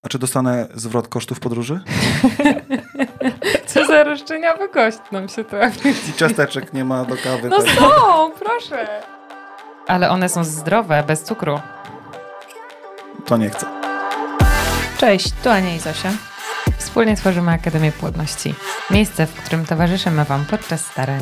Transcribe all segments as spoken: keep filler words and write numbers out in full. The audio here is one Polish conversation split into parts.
A czy dostanę zwrot kosztów podróży? Co za roszczeniowy gość nam się trafi. I ciasteczek nie ma do kawy. No tak. są, proszę. Ale one są zdrowe, bez cukru. To nie chcę. Cześć, tu Ania i Zosia. Wspólnie tworzymy Akademię Płodności. Miejsce, w którym towarzyszymy Wam podczas starań.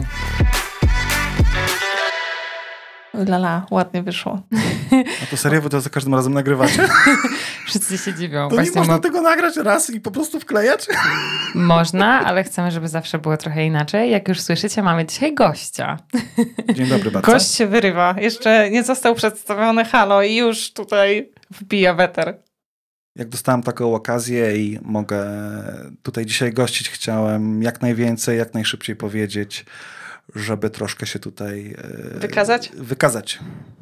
Lala, ładnie wyszło. A to serio, wy to za każdym razem nagrywacie? Wszyscy się dziwią. To Właśnie nie można mo- tego nagrać raz i po prostu wklejać? Można, ale chcemy, żeby zawsze było trochę inaczej. Jak już słyszycie, mamy dzisiaj gościa. Dzień dobry bardzo. Gość się wyrywa. Jeszcze nie został przedstawiony, halo, i już tutaj wbija weter. Jak dostałem taką okazję i mogę tutaj dzisiaj gościć, chciałem jak najwięcej, jak najszybciej powiedzieć, żeby troszkę się tutaj e, Wykazać? Wykazać.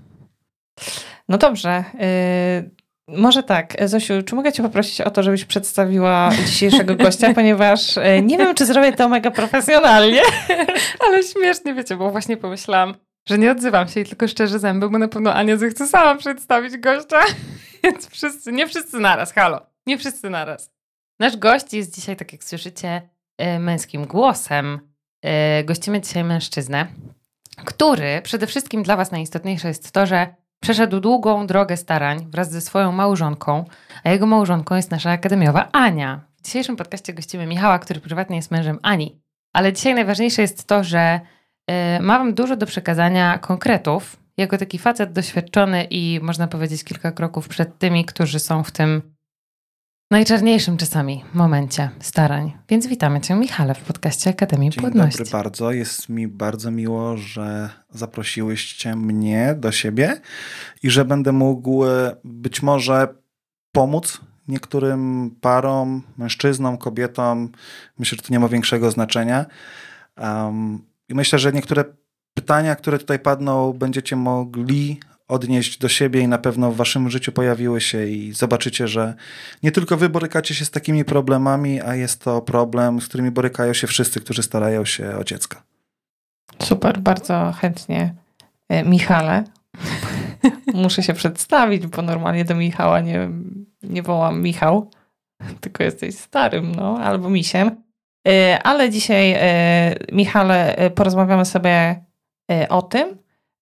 No dobrze. Yy, może tak, Zosiu, czy mogę cię poprosić o to, żebyś przedstawiła dzisiejszego gościa, ponieważ yy, nie wiem, czy zrobię to mega profesjonalnie. Ale śmiesznie, wiecie, bo właśnie pomyślałam, że nie odzywam się i tylko szczerze zęby, bo na pewno Ania zechce sama przedstawić gościa. Więc wszyscy, nie wszyscy naraz, halo, nie wszyscy naraz. Nasz gość jest dzisiaj, tak jak słyszycie, yy, męskim głosem. Yy, gościmy dzisiaj mężczyznę, który przede wszystkim dla was najistotniejsze jest to, że przeszedł długą drogę starań wraz ze swoją małżonką, a jego małżonką jest nasza akademiowa Ania. W dzisiejszym podcaście gościmy Michała, który prywatnie jest mężem Ani. Ale dzisiaj najważniejsze jest to, że yy, ma wam dużo do przekazania konkretów, jako taki facet doświadczony i można powiedzieć kilka kroków przed tymi, którzy są w tym najczarniejszym czasami momencie starań. Więc witamy cię, Michale, w podcaście Akademii Dzień Płodności. dobry bardzo. Jest mi bardzo miło, że zaprosiłyście mnie do siebie i że będę mógł być może pomóc niektórym parom, mężczyznom, kobietom. Myślę, że to nie ma większego znaczenia. Um, I myślę, że niektóre pytania, które tutaj padną, będziecie mogli odnieść do siebie i na pewno w waszym życiu pojawiły się i zobaczycie, że nie tylko wy borykacie się z takimi problemami, a jest to problem, z którymi borykają się wszyscy, którzy starają się o dziecko. Super, bardzo chętnie. Michale, muszę się przedstawić, bo normalnie do Michała nie, nie wołam Michał, tylko jesteś starym, no, albo misiem. Ale dzisiaj, Michale, porozmawiamy sobie o tym,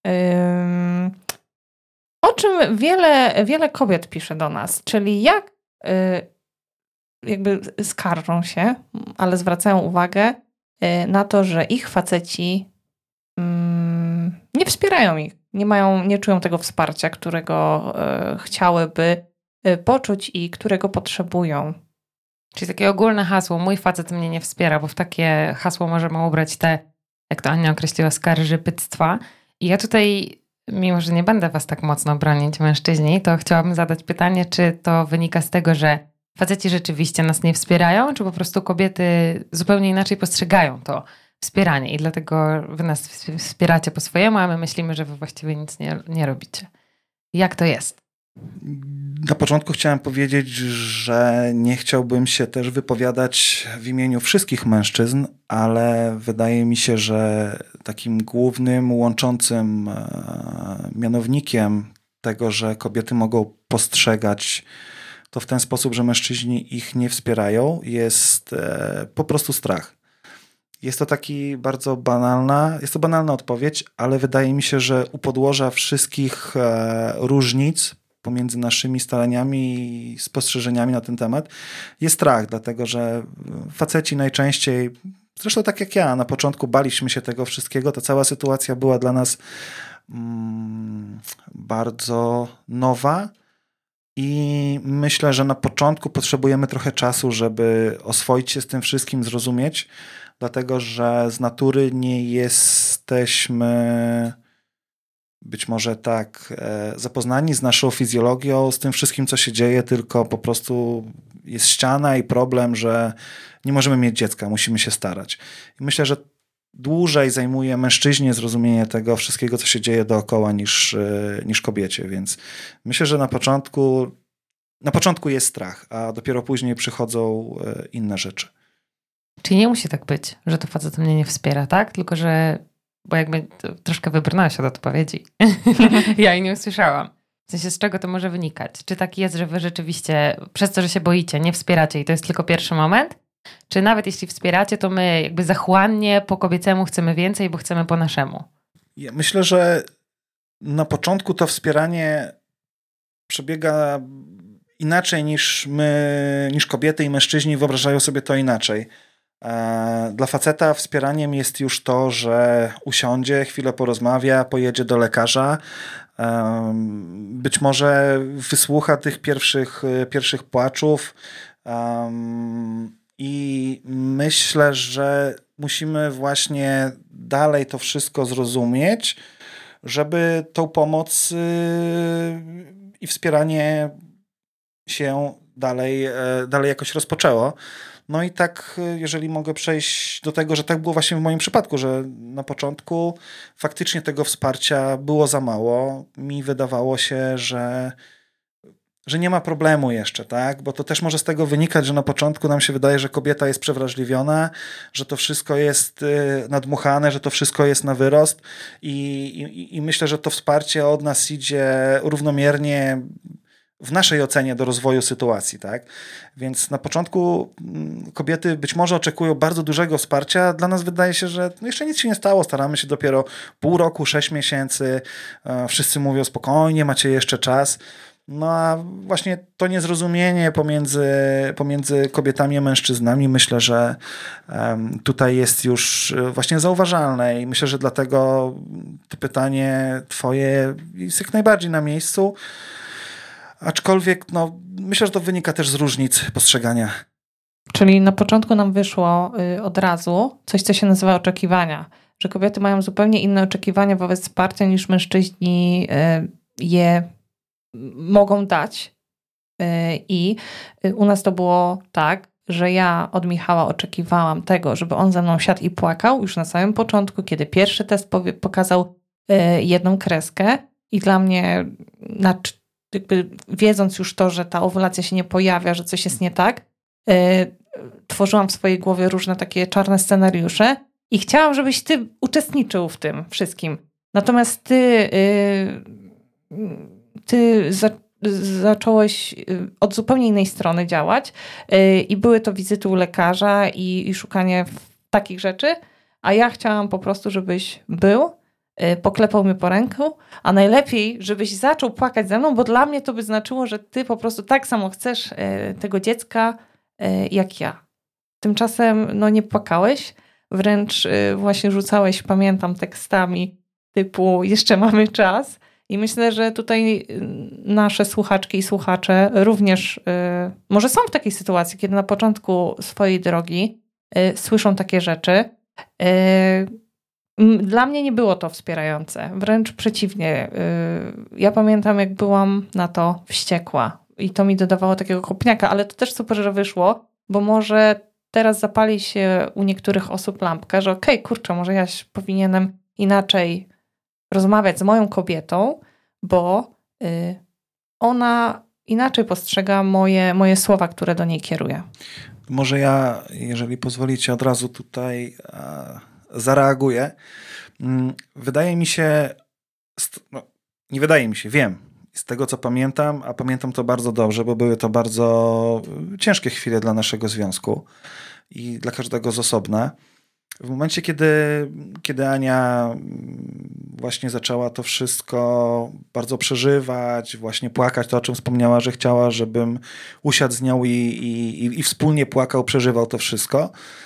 o czym wiele, wiele kobiet pisze do nas, czyli jak jakby skarżą się, ale zwracają uwagę na to, że ich faceci nie wspierają ich, nie mają, nie czują tego wsparcia, którego chciałyby poczuć i którego potrzebują. Czyli takie ogólne hasło, mój facet mnie nie wspiera, bo w takie hasło możemy ubrać te, jak to Ania określiła, skarżypyctwa. I ja tutaj, mimo że nie będę was tak mocno bronić, mężczyźni, to chciałabym zadać pytanie, czy to wynika z tego, że faceci rzeczywiście nas nie wspierają, czy po prostu kobiety zupełnie inaczej postrzegają to wspieranie i dlatego wy nas wspieracie po swojemu, a my myślimy, że wy właściwie nic nie, nie robicie. Jak to jest? Na początku chciałem powiedzieć, że nie chciałbym się też wypowiadać w imieniu wszystkich mężczyzn, ale wydaje mi się, że takim głównym łączącym mianownikiem tego, że kobiety mogą postrzegać to w ten sposób, że mężczyźni ich nie wspierają, jest po prostu strach. Jest to taki bardzo banalna, jest to banalna odpowiedź, ale wydaje mi się, że u podłoża wszystkich różnic pomiędzy naszymi staraniami i spostrzeżeniami na ten temat jest strach, dlatego że faceci najczęściej, zresztą tak jak ja, na początku baliśmy się tego wszystkiego, ta cała sytuacja była dla nas mm, bardzo nowa i myślę, że na początku potrzebujemy trochę czasu, żeby oswoić się z tym wszystkim, zrozumieć, dlatego że z natury nie jesteśmy być może tak zapoznani z naszą fizjologią, z tym wszystkim, co się dzieje, tylko po prostu jest ściana i problem, że nie możemy mieć dziecka, musimy się starać. I myślę, że dłużej zajmuje mężczyźnie zrozumienie tego wszystkiego, co się dzieje dookoła niż, niż kobiecie, więc myślę, że na początku, na początku jest strach, a dopiero później przychodzą inne rzeczy. Czyli nie musi tak być, że to facet mnie nie wspiera, tak? Tylko, że bo jakby troszkę wybrnęłaś od odpowiedzi. Ja jej nie usłyszałam. W sensie, z czego to może wynikać? Czy tak jest, że wy rzeczywiście, przez to, że się boicie, nie wspieracie i to jest tylko pierwszy moment? Czy nawet jeśli wspieracie, to my jakby zachłannie po kobiecemu chcemy więcej, bo chcemy po naszemu? Ja myślę, że na początku to wspieranie przebiega inaczej niż my, niż kobiety i mężczyźni wyobrażają sobie to inaczej. Dla faceta wspieraniem jest już to, że usiądzie, chwilę porozmawia, pojedzie do lekarza, być może wysłucha tych pierwszych, pierwszych płaczów i myślę, że musimy właśnie dalej to wszystko zrozumieć, żeby tą pomoc i wspieranie się dalej, dalej jakoś rozpoczęło. No i tak, jeżeli mogę przejść do tego, że tak było właśnie w moim przypadku, że na początku faktycznie tego wsparcia było za mało. Mi wydawało się, że, że nie ma problemu jeszcze, tak? Bo to też może z tego wynikać, że na początku nam się wydaje, że kobieta jest przewrażliwiona, że to wszystko jest nadmuchane, że to wszystko jest na wyrost i, i, i myślę, że to wsparcie od nas idzie równomiernie w naszej ocenie do rozwoju sytuacji, tak? Więc na początku kobiety być może oczekują bardzo dużego wsparcia. Dla nas wydaje się, że no jeszcze nic się nie stało. Staramy się dopiero pół roku, sześć miesięcy. Wszyscy mówią spokojnie, macie jeszcze czas. No a właśnie to niezrozumienie pomiędzy, pomiędzy kobietami a mężczyznami myślę, że um, tutaj jest już właśnie zauważalne i myślę, że dlatego to pytanie twoje jest jak najbardziej na miejscu. Aczkolwiek no, myślę, że to wynika też z różnic postrzegania. Czyli na początku nam wyszło y, od razu coś, co się nazywa oczekiwania. Że kobiety mają zupełnie inne oczekiwania wobec wsparcia niż mężczyźni y, je mogą dać. Y, I y, u nas to było tak, że ja od Michała oczekiwałam tego, żeby on ze mną siadł i płakał już na samym początku, kiedy pierwszy test powie, pokazał y, jedną kreskę i dla mnie na jakby wiedząc już to, że ta owulacja się nie pojawia, że coś jest nie tak, yy, tworzyłam w swojej głowie różne takie czarne scenariusze i chciałam, żebyś ty uczestniczył w tym wszystkim. Natomiast ty, yy, ty za, zacząłeś od zupełnie innej strony działać yy, i były to wizyty u lekarza i, i szukanie takich rzeczy, a ja chciałam po prostu, żebyś był, poklepał mnie po ręku, a najlepiej, żebyś zaczął płakać ze mną, bo dla mnie to by znaczyło, że ty po prostu tak samo chcesz tego dziecka jak ja. Tymczasem no nie płakałeś, wręcz właśnie rzucałeś, pamiętam, tekstami typu jeszcze mamy czas i myślę, że tutaj nasze słuchaczki i słuchacze również może są w takiej sytuacji, kiedy na początku swojej drogi słyszą takie rzeczy. Dla mnie nie było to wspierające, wręcz przeciwnie. Ja pamiętam, jak byłam na to wściekła i to mi dodawało takiego kopniaka, ale to też super, że wyszło, bo może teraz zapali się u niektórych osób lampka, że okej, okay, kurczę, może ja powinienem inaczej rozmawiać z moją kobietą, bo ona inaczej postrzega moje, moje słowa, które do niej kieruję. Może ja, jeżeli pozwolicie, od razu tutaj zareaguję. Wydaje mi się, no, nie wydaje mi się, wiem, z tego co pamiętam, a pamiętam to bardzo dobrze, bo były to bardzo ciężkie chwile dla naszego związku i dla każdego z osobna. W momencie, kiedy, kiedy Ania właśnie zaczęła to wszystko bardzo przeżywać, właśnie płakać, to o czym wspomniała, że chciała, żebym usiadł z nią i, i, i wspólnie płakał, przeżywał to wszystko.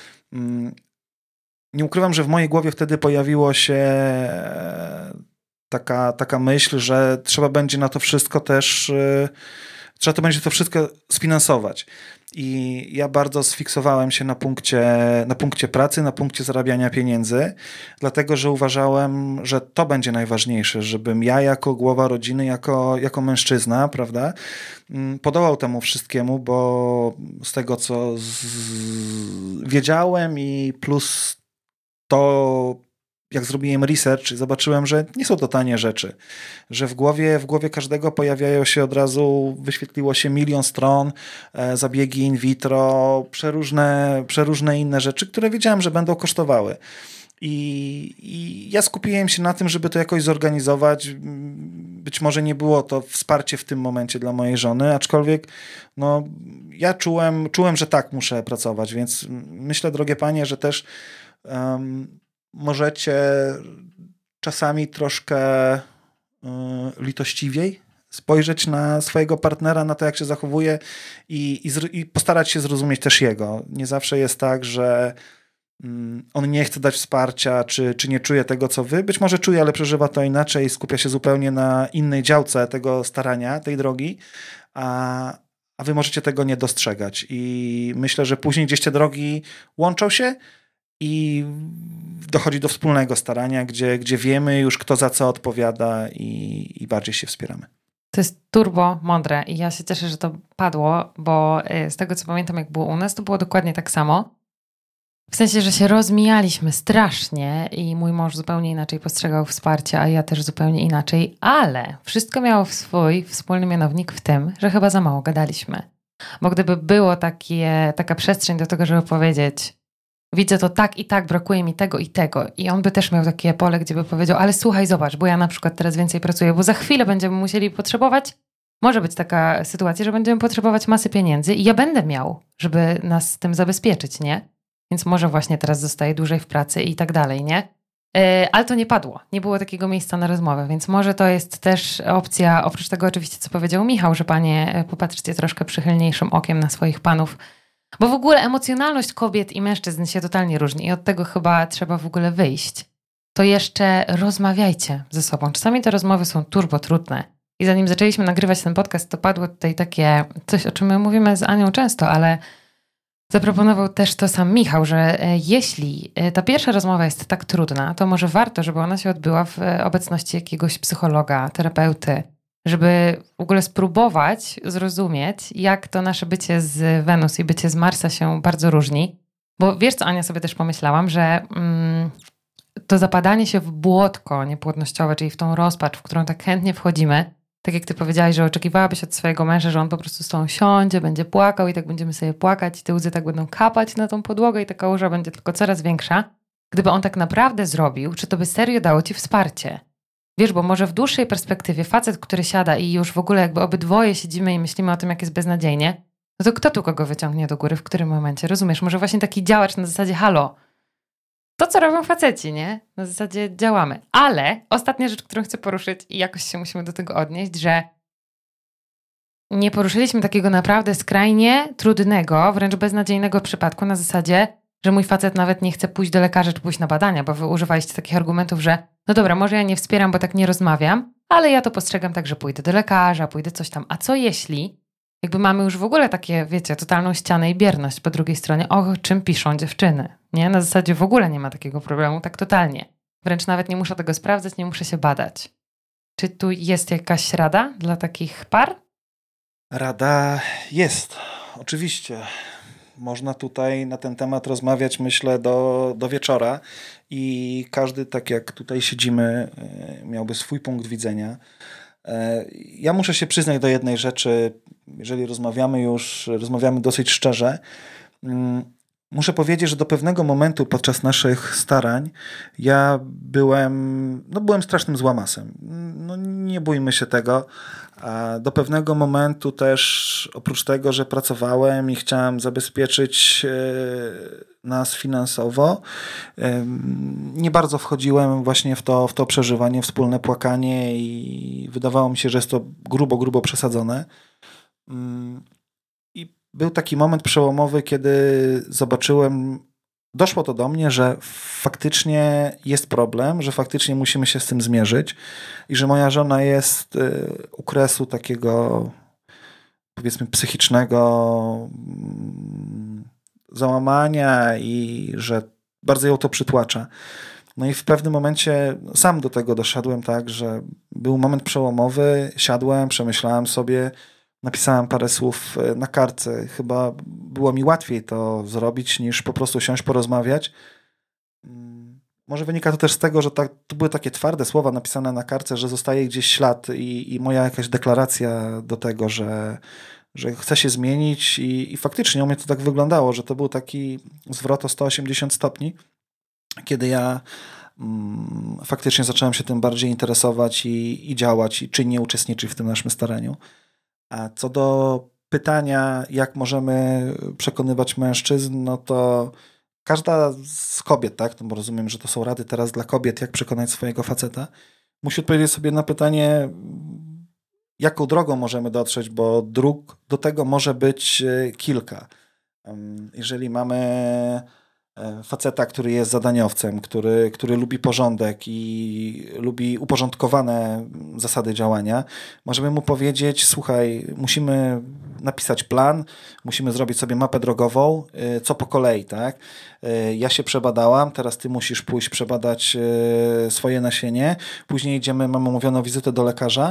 Nie ukrywam, że w mojej głowie wtedy pojawiło się taka, taka myśl, że trzeba będzie na to wszystko też, trzeba to będzie to wszystko sfinansować. I ja bardzo sfiksowałem się na punkcie, na punkcie pracy, na punkcie zarabiania pieniędzy, dlatego, że uważałem, że to będzie najważniejsze, żebym ja jako głowa rodziny, jako, jako mężczyzna, prawda, podołał temu wszystkiemu, bo z tego, co z... wiedziałem i plus to, jak zrobiłem research, zobaczyłem, że nie są to tanie rzeczy, że w głowie, w głowie każdego pojawiają się od razu, wyświetliło się milion stron, e, zabiegi in vitro, przeróżne, przeróżne inne rzeczy, które wiedziałem, że będą kosztowały. I, I ja skupiłem się na tym, żeby to jakoś zorganizować. Być może nie było to wsparcie w tym momencie dla mojej żony, aczkolwiek no, ja czułem, czułem, że tak muszę pracować, więc myślę, drogie panie, że też um, możecie czasami troszkę um, litościwiej spojrzeć na swojego partnera, na to, jak się zachowuje i, i, zr- i postarać się zrozumieć też jego. Nie zawsze jest tak, że on nie chce dać wsparcia, czy, czy nie czuje tego, co wy. Być może czuje, ale przeżywa to inaczej, skupia się zupełnie na innej działce tego starania, tej drogi, a, a wy możecie tego nie dostrzegać. I myślę, że później gdzieś te drogi łączą się i dochodzi do wspólnego starania, gdzie, gdzie wiemy już, kto za co odpowiada i, i bardziej się wspieramy. To jest turbo mądre i ja się cieszę, że to padło, bo z tego, co pamiętam, jak było u nas, to było dokładnie tak samo. W sensie, że się rozmijaliśmy strasznie i mój mąż zupełnie inaczej postrzegał wsparcie, a ja też zupełnie inaczej, ale wszystko miało swój wspólny mianownik w tym, że chyba za mało gadaliśmy. Bo gdyby było takie, taka przestrzeń do tego, żeby powiedzieć, widzę to tak i tak, brakuje mi tego i tego, i on by też miał takie pole, gdzie by powiedział, ale słuchaj, zobacz, bo ja na przykład teraz więcej pracuję, bo za chwilę będziemy musieli potrzebować, może być taka sytuacja, że będziemy potrzebować masy pieniędzy i ja będę miał, żeby nas z tym zabezpieczyć, nie? Więc może właśnie teraz zostaje dłużej w pracy i tak dalej, nie? Yy, ale to nie padło. Nie było takiego miejsca na rozmowę, więc może to jest też opcja, oprócz tego oczywiście, co powiedział Michał, że panie, popatrzcie troszkę przychylniejszym okiem na swoich panów, bo w ogóle emocjonalność kobiet i mężczyzn się totalnie różni i od tego chyba trzeba w ogóle wyjść. To jeszcze rozmawiajcie ze sobą. Czasami te rozmowy są turbo trudne. I zanim zaczęliśmy nagrywać ten podcast, to padło tutaj takie coś, o czym my mówimy z Anią często, ale zaproponował też to sam Michał, że jeśli ta pierwsza rozmowa jest tak trudna, to może warto, żeby ona się odbyła w obecności jakiegoś psychologa, terapeuty, żeby w ogóle spróbować zrozumieć, jak to nasze bycie z Wenus i bycie z Marsa się bardzo różni. Bo wiesz co, Ania, sobie też pomyślałam, że mm, to zapadanie się w błotko niepłodnościowe, czyli w tą rozpacz, w którą tak chętnie wchodzimy, tak jak ty powiedziałaś, że oczekiwałabyś od swojego męża, że on po prostu z tą siądzie, będzie płakał i tak będziemy sobie płakać i te łzy tak będą kapać na tą podłogę i ta kałuża będzie tylko coraz większa. Gdyby on tak naprawdę zrobił, czy to by serio dało ci wsparcie? Wiesz, bo może w dłuższej perspektywie facet, który siada i już w ogóle jakby obydwoje siedzimy i myślimy o tym, jak jest beznadziejnie, no to kto tu kogo wyciągnie do góry, w którym momencie? Rozumiesz? Może właśnie taki działacz na zasadzie halo, to, co robią faceci, nie? Na zasadzie działamy. Ale ostatnia rzecz, którą chcę poruszyć i jakoś się musimy do tego odnieść, że nie poruszyliśmy takiego naprawdę skrajnie trudnego, wręcz beznadziejnego przypadku na zasadzie, że mój facet nawet nie chce pójść do lekarza czy pójść na badania, bo wy używaliście takich argumentów, że no dobra, może ja nie wspieram, bo tak nie rozmawiam, ale ja to postrzegam tak, że pójdę do lekarza, pójdę coś tam. A co jeśli jakby mamy już w ogóle takie, wiecie, totalną ścianę i bierność po drugiej stronie, o czym piszą dziewczyny, nie? Na zasadzie w ogóle nie ma takiego problemu, tak totalnie. Wręcz nawet nie muszę tego sprawdzać, nie muszę się badać. Czy tu jest jakaś rada dla takich par? Rada jest, oczywiście. Można tutaj na ten temat rozmawiać, myślę, do, do wieczora i każdy, tak jak tutaj siedzimy, miałby swój punkt widzenia. Ja muszę się przyznać do jednej rzeczy, jeżeli rozmawiamy już, rozmawiamy dosyć szczerze. Muszę powiedzieć, że do pewnego momentu podczas naszych starań ja byłem, no byłem strasznym złamasem. No nie bójmy się tego. A do pewnego momentu też, oprócz tego, że pracowałem i chciałem zabezpieczyć nas finansowo, nie bardzo wchodziłem właśnie w to, w to przeżywanie, wspólne płakanie i wydawało mi się, że jest to grubo, grubo przesadzone. I był taki moment przełomowy, kiedy zobaczyłem, doszło to do mnie, że faktycznie jest problem, że faktycznie musimy się z tym zmierzyć i że moja żona jest u kresu takiego, powiedzmy, psychicznego załamania i że bardzo ją to przytłacza. No i w pewnym momencie sam do tego doszedłem, tak, że był moment przełomowy, siadłem, przemyślałem sobie, napisałem parę słów na kartce. Chyba było mi łatwiej to zrobić, niż po prostu siąść, porozmawiać. Może wynika to też z tego, że tak, to były takie twarde słowa napisane na kartce, że zostaje gdzieś ślad i, i moja jakaś deklaracja do tego, że, że chcę się zmienić i, i faktycznie u mnie to tak wyglądało, że to był taki zwrot o sto osiemdziesiąt stopni. kiedy ja mm, faktycznie zacząłem się tym bardziej interesować i, i działać, i czynnie uczestniczyć w tym naszym staraniu. A co do pytania, jak możemy przekonywać mężczyzn, no to każda z kobiet, tak, no bo rozumiem, że to są rady teraz dla kobiet, jak przekonać swojego faceta, musi odpowiedzieć sobie na pytanie, jaką drogą możemy dotrzeć, bo dróg do tego może być kilka. Jeżeli mamy faceta, który jest zadaniowcem, który, który lubi porządek i lubi uporządkowane zasady działania, możemy mu powiedzieć, słuchaj, musimy napisać plan, musimy zrobić sobie mapę drogową, co po kolei, tak? Ja się przebadałam, teraz ty musisz pójść przebadać swoje nasienie, później idziemy, mamy umówioną wizytę do lekarza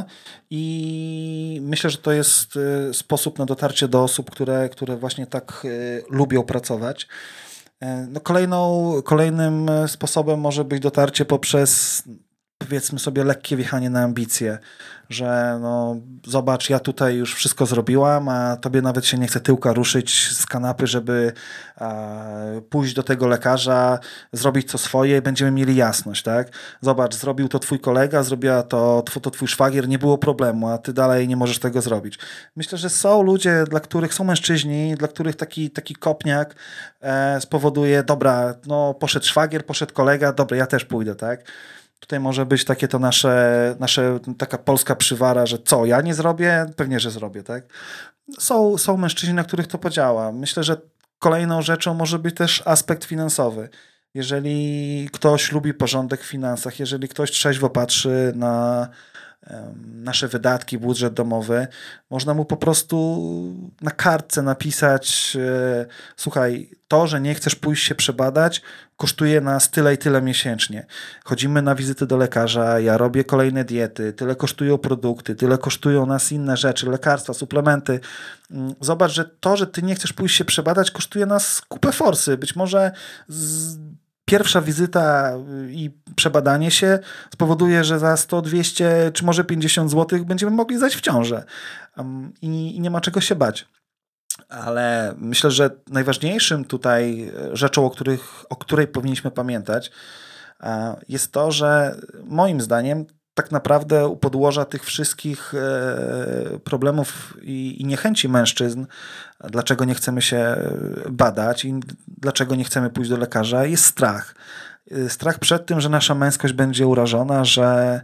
i myślę, że to jest sposób na dotarcie do osób, które, które właśnie tak lubią pracować. No kolejną, kolejnym sposobem może być dotarcie poprzez, powiedzmy sobie, lekkie wjechanie na ambicje, że no zobacz, ja tutaj już wszystko zrobiłam, a tobie nawet się nie chce tyłka ruszyć z kanapy, żeby a, pójść do tego lekarza, zrobić co swoje, będziemy mieli jasność, tak? Zobacz, zrobił to twój kolega, zrobiła to, to twój szwagier, nie było problemu, a ty dalej nie możesz tego zrobić. Myślę, że są ludzie, dla których są mężczyźni, dla których taki, taki kopniak e, spowoduje, dobra, no poszedł szwagier, poszedł kolega, dobra, ja też pójdę, tak? Tutaj może być takie to nasze, nasze, taka polska przywara, że co, ja nie zrobię? Pewnie, że zrobię, tak? Są, są mężczyźni, na których to podziała. Myślę, że kolejną rzeczą może być też aspekt finansowy. Jeżeli ktoś lubi porządek w finansach, jeżeli ktoś trzeźwo patrzy na nasze wydatki, budżet domowy, można mu po prostu na kartce napisać, słuchaj, to, że nie chcesz pójść się przebadać, kosztuje nas tyle i tyle miesięcznie. Chodzimy na wizyty do lekarza, ja robię kolejne diety, tyle kosztują produkty, tyle kosztują nas inne rzeczy, lekarstwa, suplementy. Zobacz, że to, że ty nie chcesz pójść się przebadać, kosztuje nas kupę forsy. Być może z Pierwsza wizyta i przebadanie się spowoduje, że za sto, dwieście czy może pięćdziesiąt złotych będziemy mogli zajść w ciążę. I, i nie ma czego się bać. Ale myślę, że najważniejszym tutaj rzeczą, o, których, o której powinniśmy pamiętać, jest to, że moim zdaniem tak naprawdę u podłoża tych wszystkich problemów i, i niechęci mężczyzn, dlaczego nie chcemy się badać i dlaczego nie chcemy pójść do lekarza, jest strach. Strach przed tym, że nasza męskość będzie urażona, że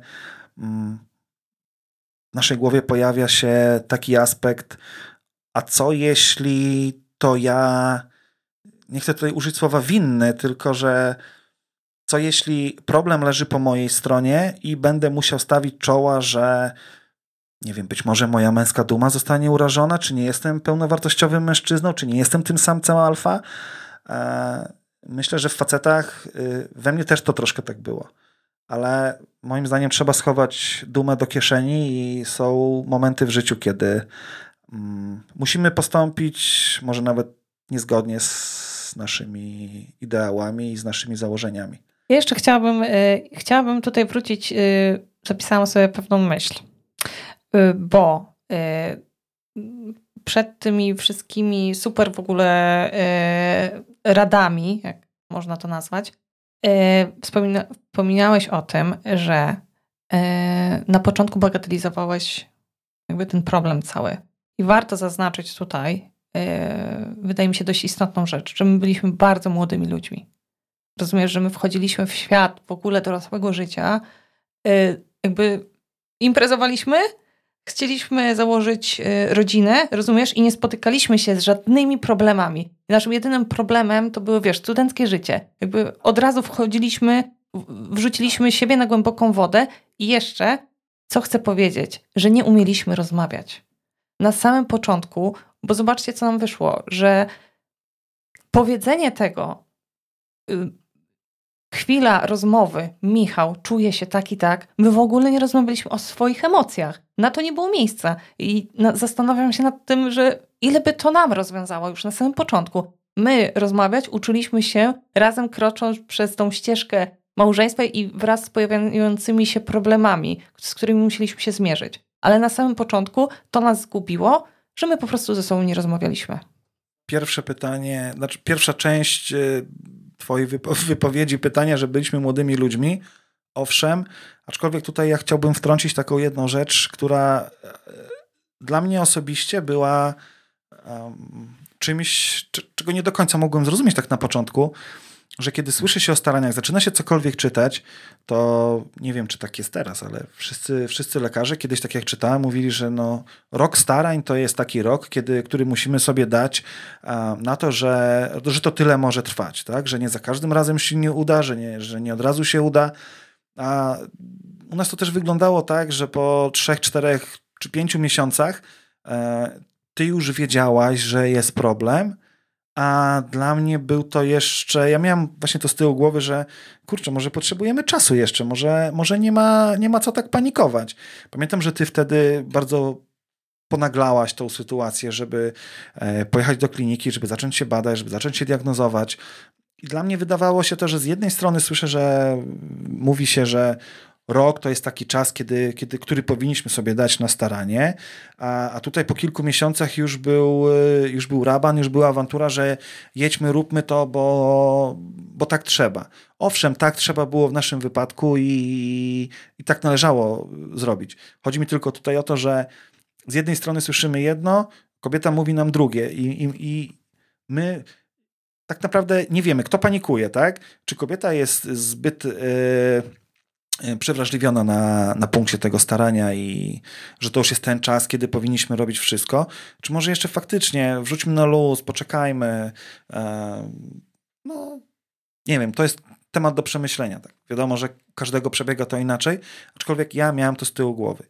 w naszej głowie pojawia się taki aspekt, a co jeśli to ja, nie chcę tutaj użyć słowa winny, tylko że co jeśli problem leży po mojej stronie i będę musiał stawić czoła, że nie wiem, być może moja męska duma zostanie urażona, czy nie jestem pełnowartościowym mężczyzną, czy nie jestem tym samcem alfa. Myślę, że w facetach, we mnie też to troszkę tak było. Ale moim zdaniem trzeba schować dumę do kieszeni i są momenty w życiu, kiedy mm, musimy postąpić, może nawet niezgodnie z naszymi ideałami i z naszymi założeniami. Ja jeszcze chciałabym, y, chciałabym tutaj wrócić, y, zapisałam sobie pewną myśl, y, bo y, przed tymi wszystkimi super w ogóle y, radami, jak można to nazwać, y, wspomina, wspominałeś o tym, że y, na początku bagatelizowałeś jakby ten problem cały. I warto zaznaczyć tutaj, y, wydaje mi się dość istotną rzecz, że my byliśmy bardzo młodymi ludźmi. Rozumiesz, że my wchodziliśmy w świat w ogóle dorosłego życia, yy, jakby imprezowaliśmy, chcieliśmy założyć yy, rodzinę, rozumiesz, i nie spotykaliśmy się z żadnymi problemami. Naszym jedynym problemem to było, wiesz, studenckie życie. Jakby od razu wchodziliśmy, wrzuciliśmy siebie na głęboką wodę i jeszcze, co chcę powiedzieć, że nie umieliśmy rozmawiać. Na samym początku, bo zobaczcie, co nam wyszło, że powiedzenie tego, yy, chwila rozmowy, Michał czuje się tak i tak, my w ogóle nie rozmawialiśmy o swoich emocjach. Na to nie było miejsca. I na, zastanawiam się nad tym, że ile by to nam rozwiązało już na samym początku. My rozmawiać uczyliśmy się razem krocząc przez tą ścieżkę małżeństwa i wraz z pojawiającymi się problemami, z którymi musieliśmy się zmierzyć. Ale na samym początku to nas zgubiło, że my po prostu ze sobą nie rozmawialiśmy. Pierwsze pytanie, znaczy pierwsza część twojej wypo- wypowiedzi pytania, że byliśmy młodymi ludźmi. Owszem, aczkolwiek tutaj ja chciałbym wtrącić taką jedną rzecz, która dla mnie osobiście była um, czymś, czego nie do końca mogłem zrozumieć tak na początku, że kiedy słyszy się o staraniach, zaczyna się cokolwiek czytać, to nie wiem, czy tak jest teraz, ale wszyscy, wszyscy lekarze kiedyś, tak jak czytałem, mówili, że no, rok starań to jest taki rok, kiedy, który musimy sobie dać a, na to, że, że to tyle może trwać, tak? Że nie za każdym razem się nie uda, że nie, że nie od razu się uda. A u nas to też wyglądało tak, że po trzech, czterech czy pięciu miesiącach e, ty już wiedziałaś, że jest problem, a dla mnie był to jeszcze, ja miałem właśnie to z tyłu głowy, że kurczę, może potrzebujemy czasu jeszcze, może, może nie ma, nie ma co tak panikować. Pamiętam, że ty wtedy bardzo ponaglałaś tą sytuację, żeby e, pojechać do kliniki, żeby zacząć się badać, żeby zacząć się diagnozować. I dla mnie wydawało się to, że z jednej strony słyszę, że mówi się, że rok to jest taki czas, kiedy, kiedy, który powinniśmy sobie dać na staranie, a, a tutaj po kilku miesiącach już był, już był raban, już była awantura, że jedźmy, róbmy to, bo, bo tak trzeba. Owszem, tak trzeba było w naszym wypadku i, i tak należało zrobić. Chodzi mi tylko tutaj o to, że z jednej strony słyszymy jedno, kobieta mówi nam drugie i, i, i my tak naprawdę nie wiemy, kto panikuje, tak? Czy kobieta jest zbyt yy, przewrażliwiona na, na punkcie tego starania i że to już jest ten czas, kiedy powinniśmy robić wszystko, czy może jeszcze faktycznie wrzućmy na luz, poczekajmy. Yy, no, nie wiem, to jest temat do przemyślenia. Tak? Wiadomo, że każdego przebiega to inaczej, aczkolwiek ja miałem to z tyłu głowy.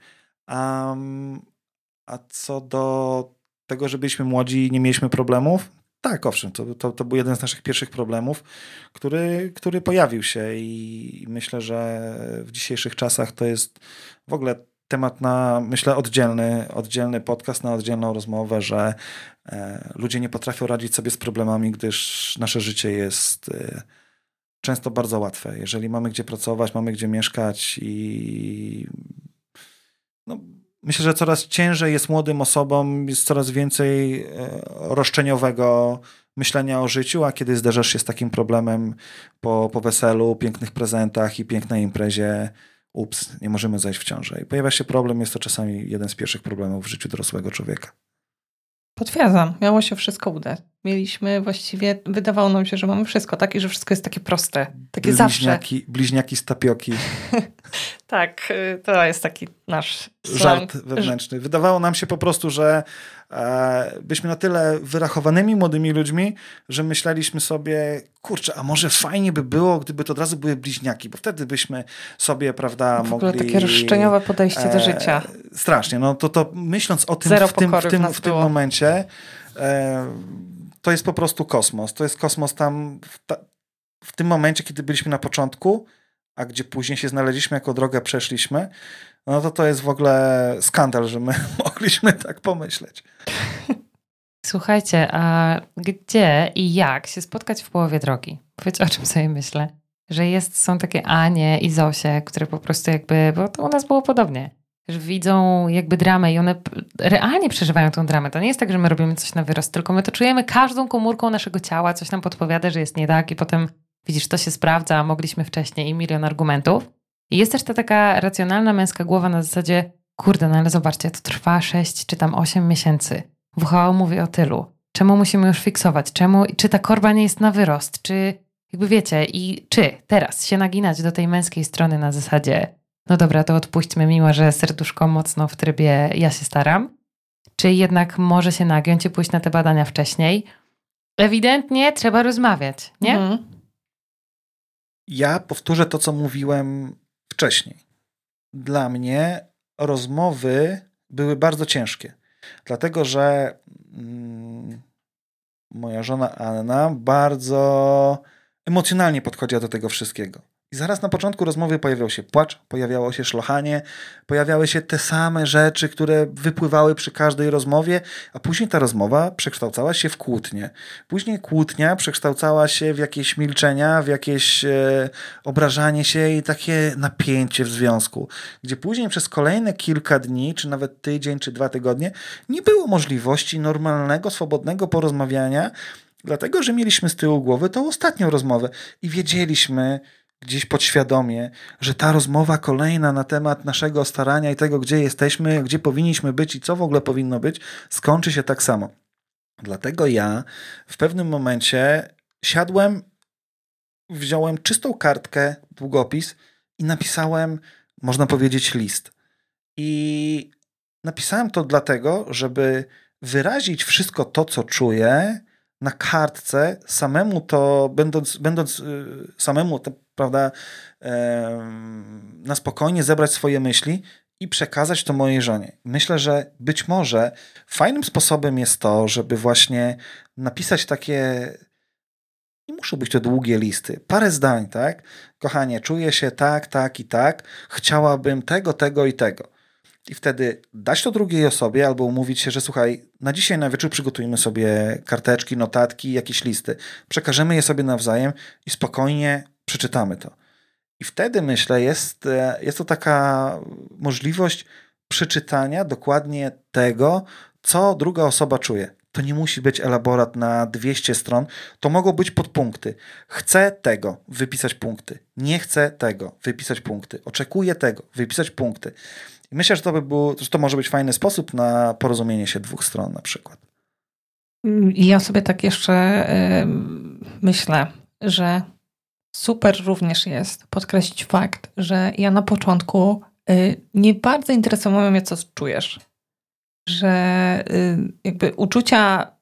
Um, a co do tego, że byliśmy młodzi i nie mieliśmy problemów, tak, owszem, to, to, to był jeden z naszych pierwszych problemów, który, który pojawił się i myślę, że w dzisiejszych czasach to jest w ogóle temat na, myślę, oddzielny, oddzielny podcast, na oddzielną rozmowę, że e, ludzie nie potrafią radzić sobie z problemami, gdyż nasze życie jest e, często bardzo łatwe. Jeżeli mamy gdzie pracować, mamy gdzie mieszkać i no, myślę, że coraz ciężej jest młodym osobom, jest coraz więcej roszczeniowego myślenia o życiu, a kiedy zderzasz się z takim problemem po, po weselu, pięknych prezentach i pięknej imprezie, ups, nie możemy zajść w ciążę. I pojawia się problem, jest to czasami jeden z pierwszych problemów w życiu dorosłego człowieka. Potwierdzam, miało się wszystko udać. Mieliśmy właściwie, wydawało nam się, że mamy wszystko, tak? I że wszystko jest takie proste, takie bliźniaki, zawsze. Bliźniaki z tapioki. Tak, to jest taki nasz żart wewnętrzny. Wydawało nam się po prostu, że e, byliśmy na tyle wyrachowanymi młodymi ludźmi, że myśleliśmy sobie, kurczę, a może fajnie by było, gdyby to od razu były bliźniaki, bo wtedy byśmy sobie, prawda, w ogóle mogli... takie roszczeniowe podejście e, do życia. Strasznie. No to, to myśląc o tym Zero w tym, w tym, w tym było. momencie, e, to jest po prostu kosmos. To jest kosmos tam w, ta, w tym momencie, kiedy byliśmy na początku, a gdzie później się znaleźliśmy, jako drogę przeszliśmy, no to to jest w ogóle skandal, że my mogliśmy tak pomyśleć. Słuchajcie, a gdzie i jak się spotkać w połowie drogi? Wiecie, o czym sobie myślę? Że jest, są takie Anie i Zosie, które po prostu jakby, bo to u nas było podobnie, że widzą jakby dramę i one realnie przeżywają tą dramę. To nie jest tak, że my robimy coś na wyrost, tylko my to czujemy każdą komórką naszego ciała, coś nam podpowiada, że jest nie tak i potem widzisz, to się sprawdza, a mogliśmy wcześniej i milion argumentów. I jest też ta taka racjonalna męska głowa na zasadzie, kurde, no ale zobaczcie, to trwa sześć czy tam osiem miesięcy. W H O mówi o tylu. Czemu musimy już fiksować? Czemu, czy ta korba nie jest na wyrost? Czy jakby wiecie, i czy teraz się naginać do tej męskiej strony na zasadzie, no dobra, to odpuśćmy, mimo że serduszko mocno w trybie ja się staram. Czy jednak może się nagiąć i pójść na te badania wcześniej? Ewidentnie trzeba rozmawiać, nie? Mhm. Ja powtórzę to, co mówiłem wcześniej. Dla mnie rozmowy były bardzo ciężkie. Dlatego, że mm, moja żona Anna bardzo emocjonalnie podchodziła do tego wszystkiego. I zaraz na początku rozmowy pojawiał się płacz, pojawiało się szlochanie, pojawiały się te same rzeczy, które wypływały przy każdej rozmowie, a później ta rozmowa przekształcała się w kłótnię. Później kłótnia przekształcała się w jakieś milczenia, w jakieś e, obrażanie się i takie napięcie w związku, gdzie później przez kolejne kilka dni, czy nawet tydzień, czy dwa tygodnie nie było możliwości normalnego, swobodnego porozmawiania Dlatego, że mieliśmy z tyłu głowy tą ostatnią rozmowę i wiedzieliśmy gdzieś podświadomie, że ta rozmowa kolejna na temat naszego starania i tego, gdzie jesteśmy, gdzie powinniśmy być i co w ogóle powinno być, skończy się tak samo. Dlatego ja w pewnym momencie siadłem, wziąłem czystą kartkę, długopis i napisałem, można powiedzieć, list. I napisałem to dlatego, żeby wyrazić wszystko to, co czuję na kartce, samemu to, będąc, będąc yy, samemu, to, prawda, yy, na spokojnie zebrać swoje myśli i przekazać to mojej żonie. Myślę, że być może fajnym sposobem jest to, żeby właśnie napisać takie, nie muszą być to długie listy, parę zdań, tak? Kochanie, czuję się tak, tak i tak, chciałabym tego, tego i tego. I wtedy dać to drugiej osobie albo umówić się, że słuchaj, na dzisiaj na wieczór przygotujmy sobie karteczki, notatki, jakieś listy. Przekażemy je sobie nawzajem i spokojnie przeczytamy to. I wtedy, myślę, jest, jest to taka możliwość przeczytania dokładnie tego, co druga osoba czuje. To nie musi być elaborat na dwieście stron, to mogą być podpunkty. Chcę tego, wypisać punkty. Nie chcę tego, wypisać punkty. Oczekuję tego, wypisać punkty. I myślę, że to, by było, że to może być fajny sposób na porozumienie się dwóch stron na przykład. Ja sobie tak jeszcze yy, myślę, że super również jest podkreślić fakt, że ja na początku yy, nie bardzo interesowało mnie, co czujesz. Że yy, jakby uczucia,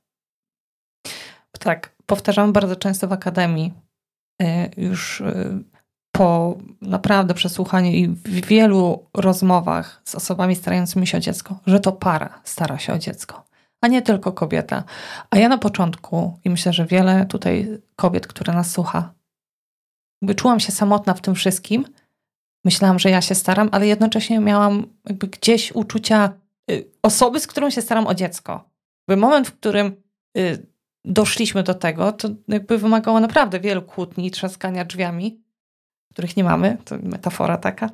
tak, powtarzam bardzo często w akademii, yy, już yy, po naprawdę przesłuchaniu i w wielu rozmowach z osobami starającymi się o dziecko, że to para stara się o dziecko, a nie tylko kobieta. A ja na początku, i myślę, że wiele tutaj kobiet, które nas słucha, jakby czułam się samotna w tym wszystkim. Myślałam, że ja się staram, ale jednocześnie miałam jakby gdzieś uczucia y, osoby, z którą się staram o dziecko. Jakby moment, w którym y, doszliśmy do tego, to jakby wymagało naprawdę wielu kłótni i trzaskania drzwiami, których nie mamy, to metafora taka.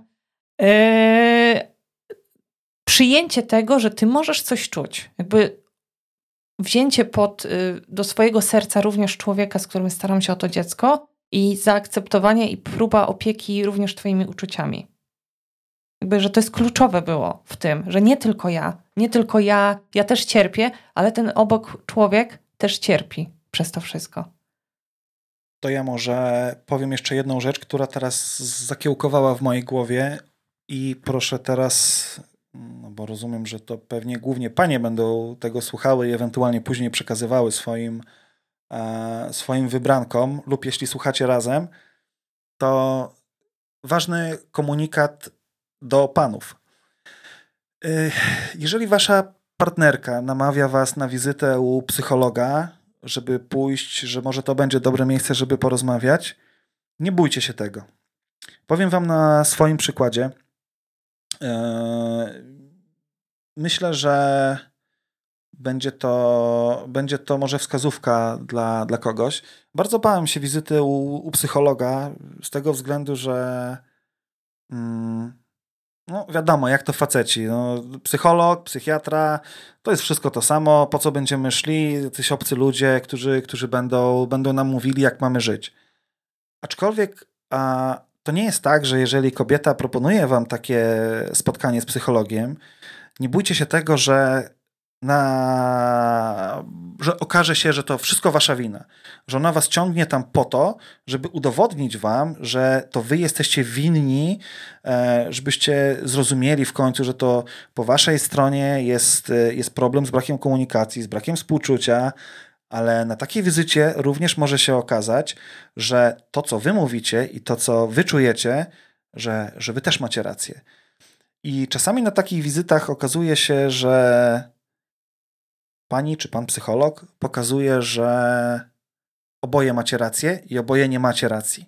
Yy, przyjęcie tego, że ty możesz coś czuć. Jakby wzięcie pod, yy, do swojego serca również człowieka, z którym staram się o to dziecko i zaakceptowanie i próba opieki również twoimi uczuciami. Jakby, że to jest kluczowe było w tym, że nie tylko ja, nie tylko ja, ja też cierpię, ale ten obok człowiek też cierpi przez to wszystko. To ja może powiem jeszcze jedną rzecz, która teraz zakiełkowała w mojej głowie i proszę teraz, no bo rozumiem, że to pewnie głównie panie będą tego słuchały i ewentualnie później przekazywały swoim, e, swoim wybrankom lub jeśli słuchacie razem, to ważny komunikat do panów. Jeżeli wasza partnerka namawia was na wizytę u psychologa, żeby pójść, że może to będzie dobre miejsce, żeby porozmawiać, nie bójcie się tego. Powiem wam na swoim przykładzie. Myślę, że będzie to, będzie to może wskazówka dla, dla kogoś. Bardzo bałem się wizyty u, u psychologa z tego względu, że mm, no wiadomo, jak to faceci. No, psycholog, psychiatra, to jest wszystko to samo. Po co będziemy szli? Jacyś obcy ludzie, którzy, którzy będą, będą nam mówili, jak mamy żyć. Aczkolwiek a, to nie jest tak, że jeżeli kobieta proponuje wam takie spotkanie z psychologiem, nie bójcie się tego, że Na, że okaże się, że to wszystko wasza wina. Że ona was ciągnie tam po to, żeby udowodnić wam, że to wy jesteście winni, e, żebyście zrozumieli w końcu, że to po waszej stronie jest, jest problem z brakiem komunikacji, z brakiem współczucia, ale na takiej wizycie również może się okazać, że to, co wy mówicie i to, co wy czujecie, że, że wy też macie rację. I czasami na takich wizytach okazuje się, że pani czy pan psycholog pokazuje, że oboje macie rację i oboje nie macie racji.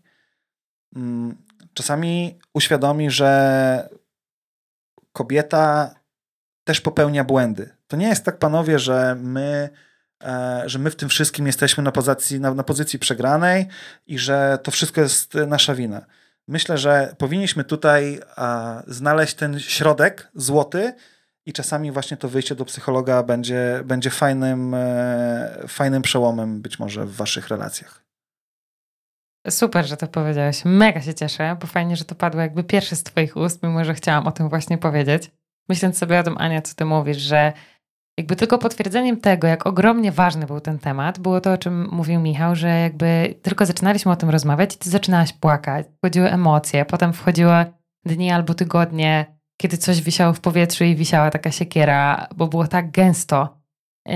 Czasami uświadomi, że kobieta też popełnia błędy. To nie jest tak, panowie, że my, że my w tym wszystkim jesteśmy na pozycji, na, na pozycji przegranej i że to wszystko jest nasza wina. Myślę, że powinniśmy tutaj znaleźć ten środek złoty I czasami właśnie to wyjście do psychologa będzie, będzie fajnym, fajnym przełomem być może w waszych relacjach. Super, że to powiedziałeś. Mega się cieszę, bo fajnie, że to padło jakby pierwszy z twoich ust, mimo że chciałam o tym właśnie powiedzieć. Myśląc sobie o tym, Ania, co ty mówisz, że jakby tylko potwierdzeniem tego, jak ogromnie ważny był ten temat, było to, o czym mówił Michał, że jakby tylko zaczynaliśmy o tym rozmawiać i ty zaczynałaś płakać, wchodziły emocje, potem wchodziły dni albo tygodnie, kiedy coś wisiało w powietrzu i wisiała taka siekiera, bo było tak gęsto. Yy...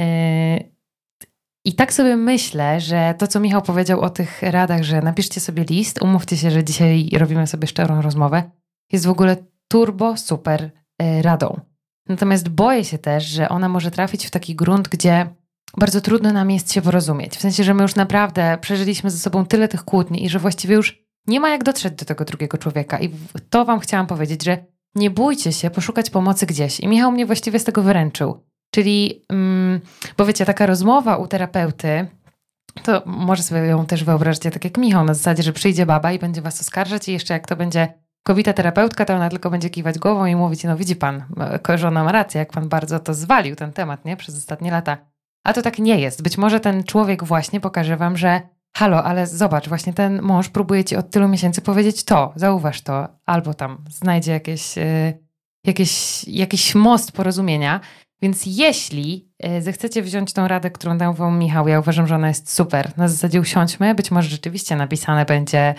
I tak sobie myślę, że to, co Michał powiedział o tych radach, że napiszcie sobie list, umówcie się, że dzisiaj robimy sobie szczerą rozmowę, jest w ogóle turbo super yy, radą. Natomiast boję się też, że ona może trafić w taki grunt, gdzie bardzo trudno nam jest się porozumieć. W sensie, że my już naprawdę przeżyliśmy ze sobą tyle tych kłótni i że właściwie już nie ma jak dotrzeć do tego drugiego człowieka. I to wam chciałam powiedzieć, że nie bójcie się poszukać pomocy gdzieś. I Michał mnie właściwie z tego wyręczył. Czyli, mm, bo wiecie, taka rozmowa u terapeuty, to może sobie ją też wyobraźcie tak jak Michał, na zasadzie, że przyjdzie baba i będzie was oskarżać i jeszcze jak to będzie kobieta terapeutka, to ona tylko będzie kiwać głową i mówić, no widzi pan, żona ma rację, jak pan bardzo to zwalił, ten temat, nie, przez ostatnie lata. A to tak nie jest. Być może ten człowiek właśnie pokaże wam, że halo, ale zobacz, właśnie ten mąż próbuje ci od tylu miesięcy powiedzieć to, zauważ to, albo tam znajdzie jakieś, yy, jakieś, jakiś most porozumienia. Więc jeśli yy, zechcecie wziąć tą radę, którą dał wam Michał, ja uważam, że ona jest super. Na zasadzie usiądźmy, być może rzeczywiście napisane będzie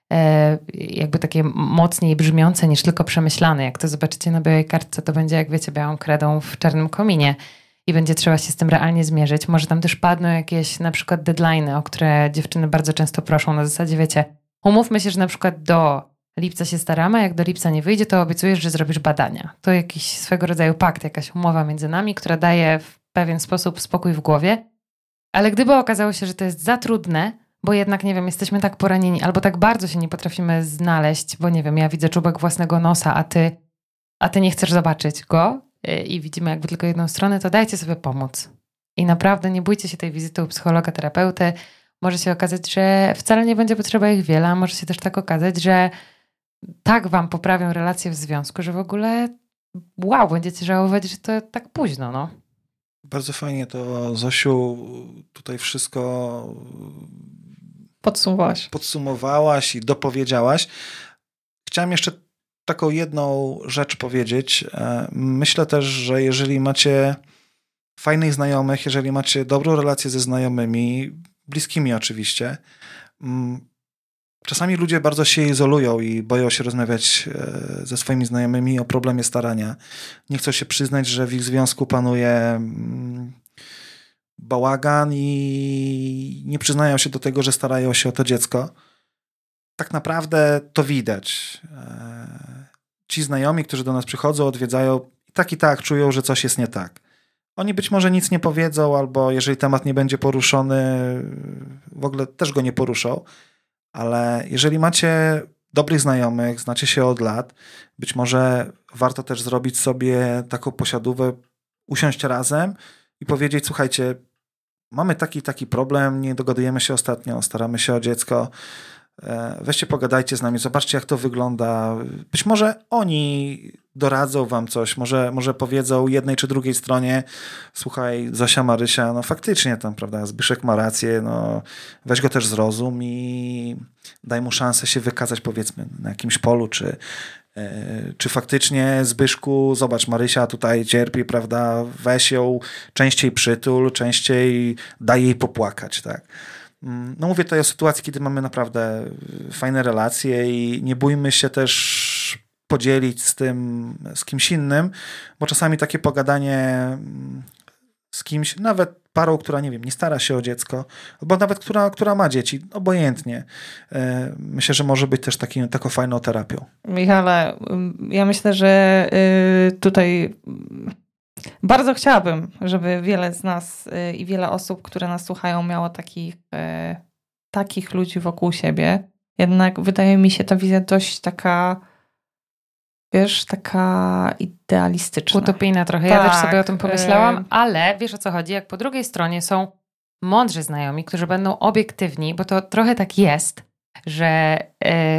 jakby takie mocniej brzmiące niż tylko przemyślane. Jak to zobaczycie na białej kartce, to będzie, jak wiecie, białą kredą w czarnym kominie i będzie trzeba się z tym realnie zmierzyć. Może tam też padną jakieś na przykład deadline'y, o które dziewczyny bardzo często proszą. Na zasadzie, wiecie, umówmy się, że na przykład do lipca się staramy, a jak do lipca nie wyjdzie, to obiecujesz, że zrobisz badania. To jakiś swego rodzaju pakt, jakaś umowa między nami, która daje w pewien sposób spokój w głowie. Ale gdyby okazało się, że to jest za trudne, bo jednak, nie wiem, jesteśmy tak poranieni, albo tak bardzo się nie potrafimy znaleźć, bo nie wiem, ja widzę czubek własnego nosa, a ty, a ty nie chcesz zobaczyć go i widzimy jakby tylko jedną stronę, to dajcie sobie pomóc. I naprawdę nie bójcie się tej wizyty u psychologa, terapeuty. Może się okazać, że wcale nie będzie potrzeba ich wiele, a może się też tak okazać, że tak wam poprawią relacje w związku, że w ogóle wow, będziecie żałować, że to tak późno, no. Bardzo fajnie to, Zosiu, tutaj wszystko podsumowałaś. podsumowałaś i dopowiedziałaś. Chciałem jeszcze taką jedną rzecz powiedzieć. Myślę też, że jeżeli macie fajnych znajomych, jeżeli macie dobrą relację ze znajomymi, bliskimi oczywiście, czasami ludzie bardzo się izolują i boją się rozmawiać ze swoimi znajomymi o problemie starania. Nie chcą się przyznać, że w ich związku panuje bałagan i nie przyznają się do tego, że starają się o to dziecko. Tak naprawdę to widać. Ci znajomi, którzy do nas przychodzą, odwiedzają, i tak i tak czują, że coś jest nie tak. Oni być może nic nie powiedzą, albo jeżeli temat nie będzie poruszony, w ogóle też go nie poruszą. Ale jeżeli macie dobrych znajomych, znacie się od lat, być może warto też zrobić sobie taką posiadówę, usiąść razem i powiedzieć, słuchajcie, mamy taki taki problem, nie dogadujemy się ostatnio, staramy się o dziecko, weźcie, pogadajcie z nami, zobaczcie, jak to wygląda. Być może oni doradzą wam coś, może, może powiedzą jednej czy drugiej stronie, słuchaj, Zosia, Marysia, no faktycznie tam, prawda, Zbyszek ma rację, no weź go też zrozum i daj mu szansę się wykazać, powiedzmy, na jakimś polu, czy, yy, czy faktycznie, Zbyszku, zobacz, Marysia tutaj cierpi, prawda, weź ją częściej przytul, częściej daj jej popłakać, tak. No mówię tutaj o sytuacji, kiedy mamy naprawdę fajne relacje i nie bójmy się też podzielić z tym, z kimś innym, bo czasami takie pogadanie z kimś, nawet parą, która, nie wiem, nie stara się o dziecko, albo nawet która, która ma dzieci, obojętnie. Myślę, że może być też taki, taką fajną terapią. Michale, ja myślę, że tutaj bardzo chciałabym, żeby wiele z nas i wiele osób, które nas słuchają, miało takich, takich ludzi wokół siebie. Jednak wydaje mi się ta wizja dość taka, wiesz, taka idealistyczna. Utopijna trochę. Tak. Ja też sobie o tym pomyślałam, ale wiesz, o co chodzi? Jak po drugiej stronie są mądrzy znajomi, którzy będą obiektywni, bo to trochę tak jest, że yy,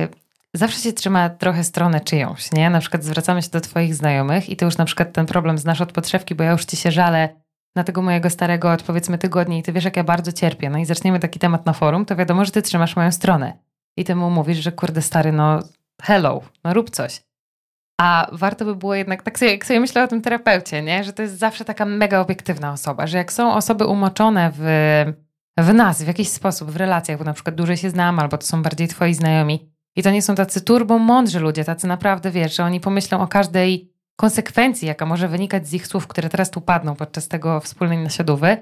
zawsze się trzyma trochę stronę czyjąś, nie? Na przykład zwracamy się do twoich znajomych i ty już na przykład ten problem znasz od podszewki, bo ja już ci się żalę na tego mojego starego od powiedzmy tygodni i ty wiesz, jak ja bardzo cierpię. No i zaczniemy taki temat na forum, to wiadomo, że ty trzymasz moją stronę. I ty mu mówisz, że kurde stary, no hello, no rób coś. A warto by było jednak, tak sobie, jak sobie myślę o tym terapeucie, nie? Że to jest zawsze taka mega obiektywna osoba, że jak są osoby umoczone w, w nas w jakiś sposób, w relacjach, bo na przykład dłużej się znam, albo to są bardziej twoi znajomi i to nie są tacy turbo mądrzy ludzie, tacy naprawdę, wiesz, że oni pomyślą o każdej konsekwencji, jaka może wynikać z ich słów, które teraz tu padną podczas tego wspólnej nasiadówy,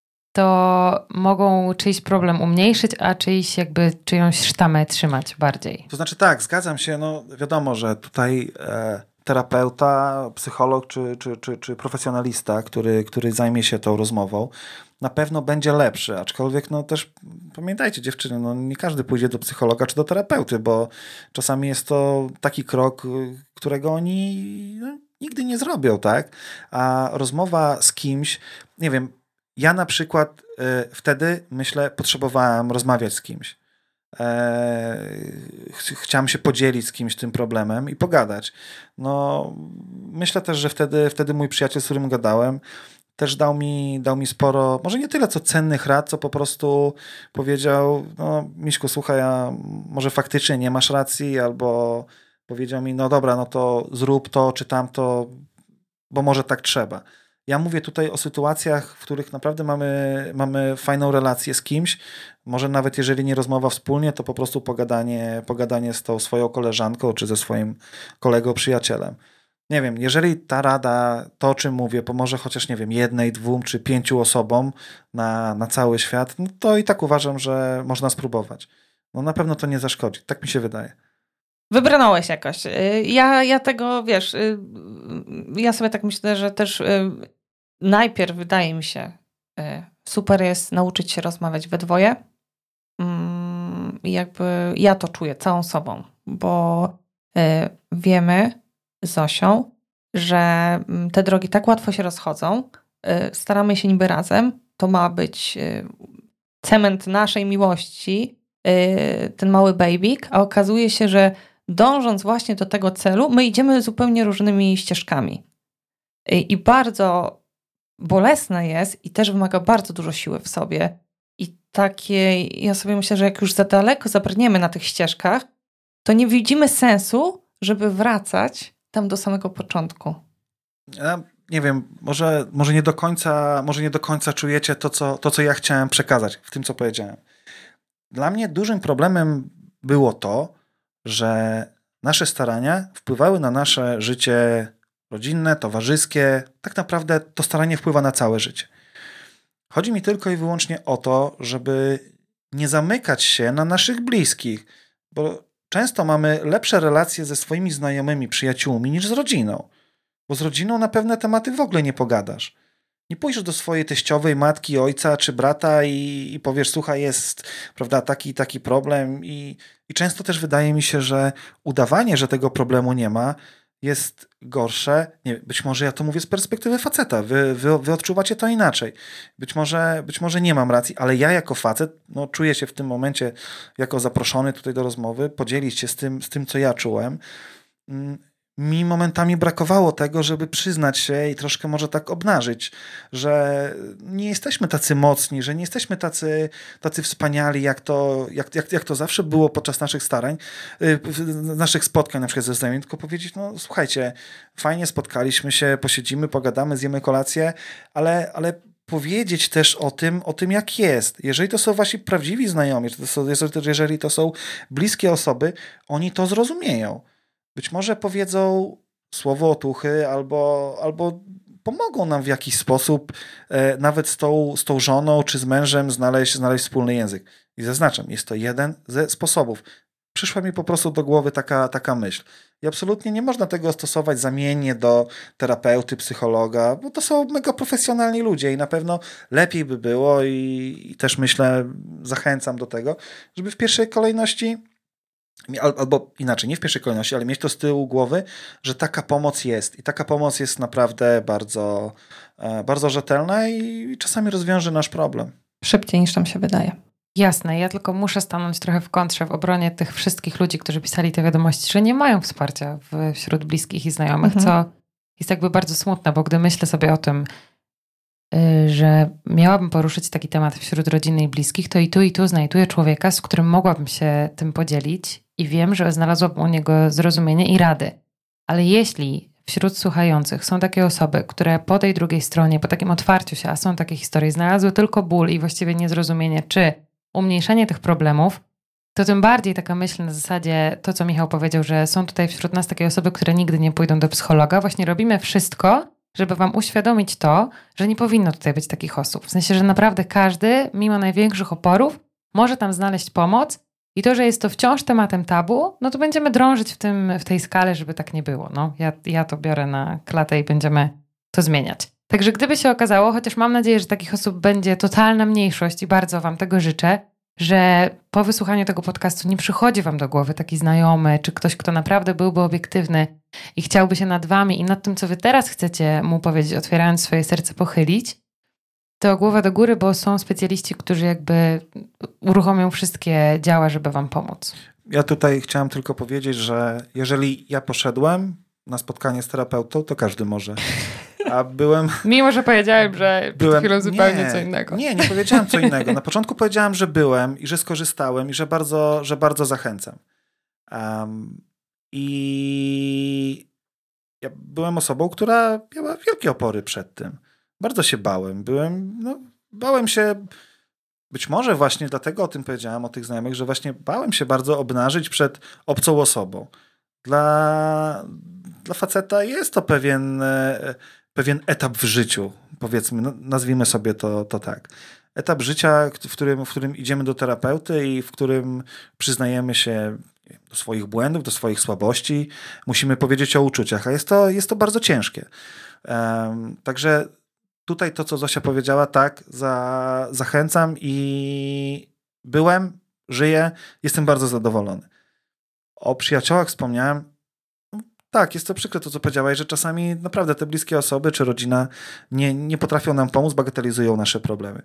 to mogą czyjś problem umniejszyć, a czyjś jakby czyjąś sztamę trzymać bardziej. To znaczy tak, zgadzam się, no wiadomo, że tutaj e, terapeuta, psycholog czy, czy, czy, czy profesjonalista, który, który zajmie się tą rozmową, na pewno będzie lepszy, aczkolwiek no też pamiętajcie dziewczyny, no nie każdy pójdzie do psychologa czy do terapeuty, bo czasami jest to taki krok, którego oni no, nigdy nie zrobią, tak? A rozmowa z kimś, nie wiem, ja na przykład y, wtedy, myślę, potrzebowałem rozmawiać z kimś. E, ch- chciałem się podzielić z kimś tym problemem i pogadać. No, myślę też, że wtedy, wtedy mój przyjaciel, z którym gadałem, też dał mi, dał mi sporo, może nie tyle co cennych rad, co po prostu powiedział, no Miśku, słuchaj, a może faktycznie nie masz racji, albo powiedział mi, no dobra, no to zrób to czy tamto, bo może tak trzeba. Ja mówię tutaj o sytuacjach, w których naprawdę mamy, mamy fajną relację z kimś. Może nawet jeżeli nie rozmowa wspólnie, to po prostu pogadanie, pogadanie z tą swoją koleżanką czy ze swoim kolegą, przyjacielem. Nie wiem, jeżeli ta rada, to o czym mówię, pomoże chociaż, nie wiem, jednej, dwóm czy pięciu osobom na, na cały świat, no to i tak uważam, że można spróbować. No na pewno to nie zaszkodzi. Tak mi się wydaje. Wybrnąłeś jakoś. Ja, ja tego, wiesz, ja sobie tak myślę, że też najpierw wydaje mi się, super jest nauczyć się rozmawiać we dwoje. I jakby ja to czuję całą sobą, bo wiemy z Zosią, że te drogi tak łatwo się rozchodzą. Staramy się niby razem. To ma być cement naszej miłości, ten mały babyk, a okazuje się, że dążąc właśnie do tego celu, my idziemy zupełnie różnymi ścieżkami. I, i bardzo bolesne jest i też wymaga bardzo dużo siły w sobie. I takie, ja sobie myślę, że jak już za daleko zabrniemy na tych ścieżkach, to nie widzimy sensu, żeby wracać tam do samego początku. Ja nie wiem, może, może, nie do końca, może nie do końca czujecie to co, to, co ja chciałem przekazać w tym, co powiedziałem. Dla mnie dużym problemem było to, że nasze starania wpływały na nasze życie rodzinne, towarzyskie. Tak naprawdę to staranie wpływa na całe życie. Chodzi mi tylko i wyłącznie o to, żeby nie zamykać się na naszych bliskich, bo często mamy lepsze relacje ze swoimi znajomymi, przyjaciółmi niż z rodziną, bo z rodziną na pewne tematy w ogóle nie pogadasz. Nie pójdziesz do swojej teściowej, matki, ojca czy brata i, i powiesz, słuchaj, jest, prawda, taki taki problem i, i często też wydaje mi się, że udawanie, że tego problemu nie ma, jest gorsze. Nie, być może ja to mówię z perspektywy faceta, wy, wy, wy odczuwacie to inaczej. Być może, być może nie mam racji, ale ja jako facet no, czuję się w tym momencie jako zaproszony tutaj do rozmowy, podzielić się z tym, z tym co ja czułem. Mi momentami brakowało tego, żeby przyznać się i troszkę może tak obnażyć, że nie jesteśmy tacy mocni, że nie jesteśmy tacy, tacy wspaniali, jak to, jak, jak, jak to zawsze było podczas naszych starań, naszych spotkań na przykład ze znajomymi, tylko powiedzieć, no słuchajcie, fajnie spotkaliśmy się, posiedzimy, pogadamy, zjemy kolację, ale, ale powiedzieć też o tym, o tym jak jest. Jeżeli to są wasi prawdziwi znajomi, to są, jeżeli to są bliskie osoby, oni to zrozumieją. Być może powiedzą słowo otuchy albo, albo pomogą nam w jakiś sposób e, nawet z tą, z tą żoną czy z mężem znaleźć, znaleźć wspólny język. I zaznaczam, jest to jeden ze sposobów. Przyszła mi po prostu do głowy taka, taka myśl. I absolutnie nie można tego stosować zamiennie do terapeuty, psychologa, bo to są mega profesjonalni ludzie i na pewno lepiej by było i, i też myślę, zachęcam do tego, żeby w pierwszej kolejności albo inaczej, nie w pierwszej kolejności, ale mieć to z tyłu głowy, że taka pomoc jest i taka pomoc jest naprawdę bardzo, bardzo rzetelna i czasami rozwiąże nasz problem. Szybciej niż nam się wydaje. Jasne, ja tylko muszę stanąć trochę w kontrze w obronie tych wszystkich ludzi, którzy pisali te wiadomości, że nie mają wsparcia wśród bliskich i znajomych, mhm. co jest jakby bardzo smutne, bo gdy myślę sobie o tym, że miałabym poruszyć taki temat wśród rodziny i bliskich, to i tu, i tu znajduję człowieka, z którym mogłabym się tym podzielić i wiem, że znalazłabym u niego zrozumienie i rady. Ale jeśli wśród słuchających są takie osoby, które po tej drugiej stronie, po takim otwarciu się, a są takie historie, znalazły tylko ból i właściwie niezrozumienie, czy umniejszenie tych problemów, to tym bardziej taka myśl na zasadzie to, co Michał powiedział, że są tutaj wśród nas takie osoby, które nigdy nie pójdą do psychologa. Właśnie robimy wszystko, żeby wam uświadomić to, że nie powinno tutaj być takich osób. W sensie, że naprawdę każdy, mimo największych oporów, może tam znaleźć pomoc i to, że jest to wciąż tematem tabu, no to będziemy drążyć w, tym, w tej skale, żeby tak nie było. No, ja, ja to biorę na klatę i będziemy to zmieniać. Także gdyby się okazało, chociaż mam nadzieję, że takich osób będzie totalna mniejszość i bardzo wam tego życzę, że po wysłuchaniu tego podcastu nie przychodzi wam do głowy taki znajomy, czy ktoś, kto naprawdę byłby obiektywny i chciałby się nad wami i nad tym, co wy teraz chcecie mu powiedzieć, otwierając swoje serce, pochylić, to głowa do góry, bo są specjaliści, którzy jakby uruchomią wszystkie działa, żeby wam pomóc. Ja tutaj chciałem tylko powiedzieć, że jeżeli ja poszedłem na spotkanie z terapeutą, to każdy może. A byłem... Mimo, że powiedziałem, że byłem... przed chwilą zupełnie nie, co innego. Nie, nie powiedziałem co innego. Na początku powiedziałem, że byłem i że skorzystałem i że bardzo, że bardzo zachęcam. Um, I ja byłem osobą, która miała wielkie opory przed tym. Bardzo się bałem. Byłem, no, bałem się, być może właśnie dlatego o tym powiedziałem, o tych znajomych, że właśnie bałem się bardzo obnażyć przed obcą osobą. Dla, dla faceta jest to pewien... pewien etap w życiu, powiedzmy, no, nazwijmy sobie to, to tak. Etap życia, w którym, w którym idziemy do terapeuty i w którym przyznajemy się do swoich błędów, do swoich słabości. Musimy powiedzieć o uczuciach, a jest to, jest to bardzo ciężkie. Um, także tutaj to, co Zosia powiedziała, tak, za, zachęcam i byłem, żyję, jestem bardzo zadowolony. O przyjaciołach wspomniałem. Tak, jest to przykre to, co powiedziałaś, że czasami naprawdę te bliskie osoby czy rodzina nie, nie potrafią nam pomóc, bagatelizują nasze problemy.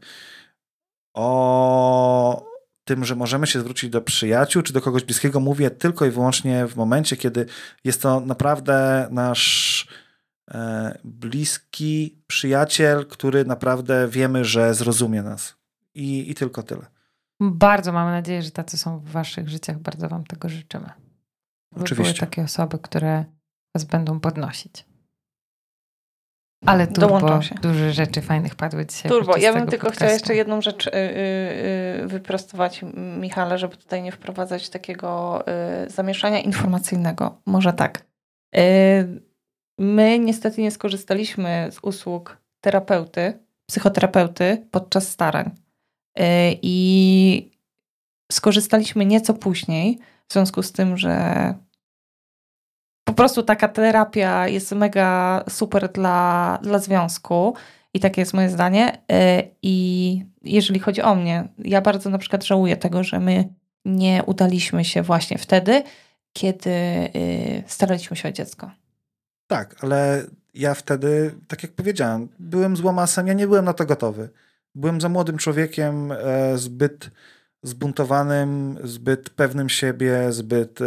O tym, że możemy się zwrócić do przyjaciół czy do kogoś bliskiego, mówię tylko i wyłącznie w momencie, kiedy jest to naprawdę nasz e, bliski przyjaciel, który naprawdę wiemy, że zrozumie nas. I, i tylko tyle. Bardzo mamy nadzieję, że tacy są w waszych życiach. Bardzo wam tego życzymy. By Oczywiście. Były takie osoby, które was będą podnosić. Ale turbo, duże rzeczy fajnych padły dzisiaj. Turbo, ja bym tylko podcastu. chciała jeszcze jedną rzecz yy, yy, wyprostować, Michale, żeby tutaj nie wprowadzać takiego yy, zamieszania informacyjnego. Może tak. Yy, my niestety nie skorzystaliśmy z usług terapeuty, psychoterapeuty podczas starań. Yy, I skorzystaliśmy nieco później, w związku z tym, że po prostu taka terapia jest mega super dla, dla związku i takie jest moje zdanie. I jeżeli chodzi o mnie, ja bardzo na przykład żałuję tego, że my nie udaliśmy się właśnie wtedy, kiedy staraliśmy się o dziecko. Tak, ale ja wtedy, tak jak powiedziałem, byłem złomasem, ja nie byłem na to gotowy. Byłem za młodym człowiekiem, zbyt zbuntowanym, zbyt pewnym siebie, zbyt...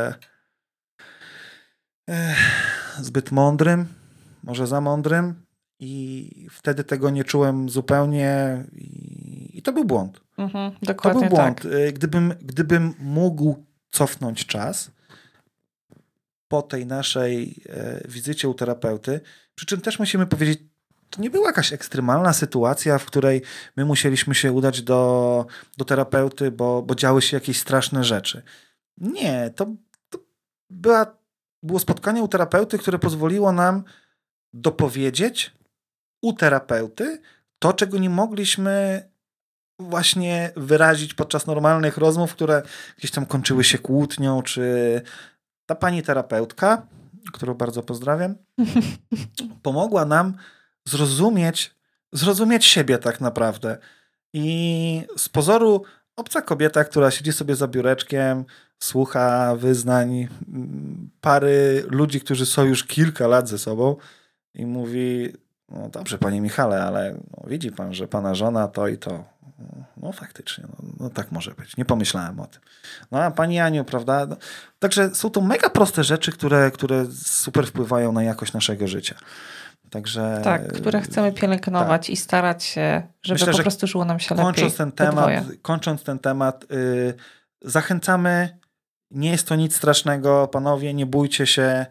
zbyt mądrym, może za mądrym i wtedy tego nie czułem zupełnie i, i to był błąd. Mhm, dokładnie to był błąd. Tak. Gdybym, gdybym mógł cofnąć czas po tej naszej e, wizycie u terapeuty, przy czym też musimy powiedzieć, to nie była jakaś ekstremalna sytuacja, w której my musieliśmy się udać do, do terapeuty, bo, bo działy się jakieś straszne rzeczy. Nie, to, to była Było spotkanie u terapeuty, które pozwoliło nam dopowiedzieć u terapeuty to, czego nie mogliśmy właśnie wyrazić podczas normalnych rozmów, które gdzieś tam kończyły się kłótnią, czy ta pani terapeutka, którą bardzo pozdrawiam, pomogła nam zrozumieć, zrozumieć siebie tak naprawdę. I z pozoru obca kobieta, która siedzi sobie za biureczkiem, słucha wyznań pary ludzi, którzy są już kilka lat ze sobą i mówi, no dobrze, panie Michale, ale no, widzi pan, że pana żona to i to. No faktycznie, no, no tak może być. Nie pomyślałem o tym. No a pani Aniu, prawda? No, także są to mega proste rzeczy, które, które super wpływają na jakość naszego życia. Także, tak, które chcemy pielęgnować tak. i starać się, żeby Myślę, po prostu żyło nam się kończąc lepiej. Ten temat, kończąc ten temat, yy, zachęcamy, nie jest to nic strasznego, panowie, nie bójcie się.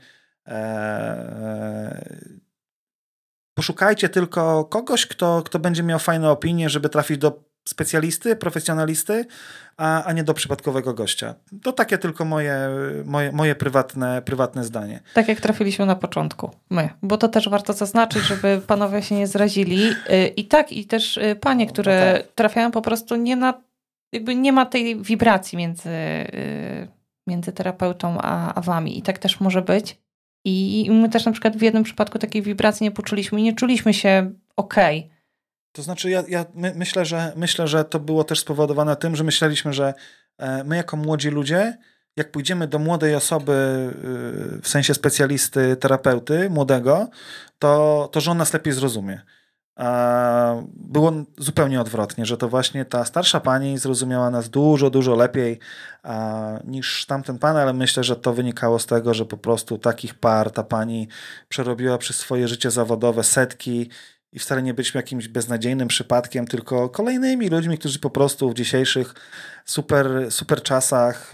Yy, poszukajcie tylko kogoś, kto, kto będzie miał fajne opinie, żeby trafić do specjalisty, profesjonalisty, a, a nie do przypadkowego gościa. To takie tylko moje, moje, moje prywatne, prywatne zdanie. Tak jak trafiliśmy na początku, my. Bo to też warto zaznaczyć, żeby panowie się nie zrazili. I tak, i też panie, które no tak. trafiają po prostu nie na, jakby nie ma tej wibracji między, między terapeutą a, a wami. I tak też może być. I my też na przykład w jednym przypadku takiej wibracji nie poczuliśmy i nie czuliśmy się okej. Okay. To znaczy ja, ja my, myślę, że, myślę, że to było też spowodowane tym, że myśleliśmy, że my jako młodzi ludzie, jak pójdziemy do młodej osoby, w sensie specjalisty, terapeuty, młodego, to, to że on nas lepiej zrozumie. A było zupełnie odwrotnie, że to właśnie ta starsza pani zrozumiała nas dużo, dużo lepiej a, niż tamten pan, ale myślę, że to wynikało z tego, że po prostu takich par ta pani przerobiła przez swoje życie zawodowe setki i wcale nie byliśmy jakimś beznadziejnym przypadkiem, tylko kolejnymi ludźmi, którzy po prostu w dzisiejszych super, super czasach, e,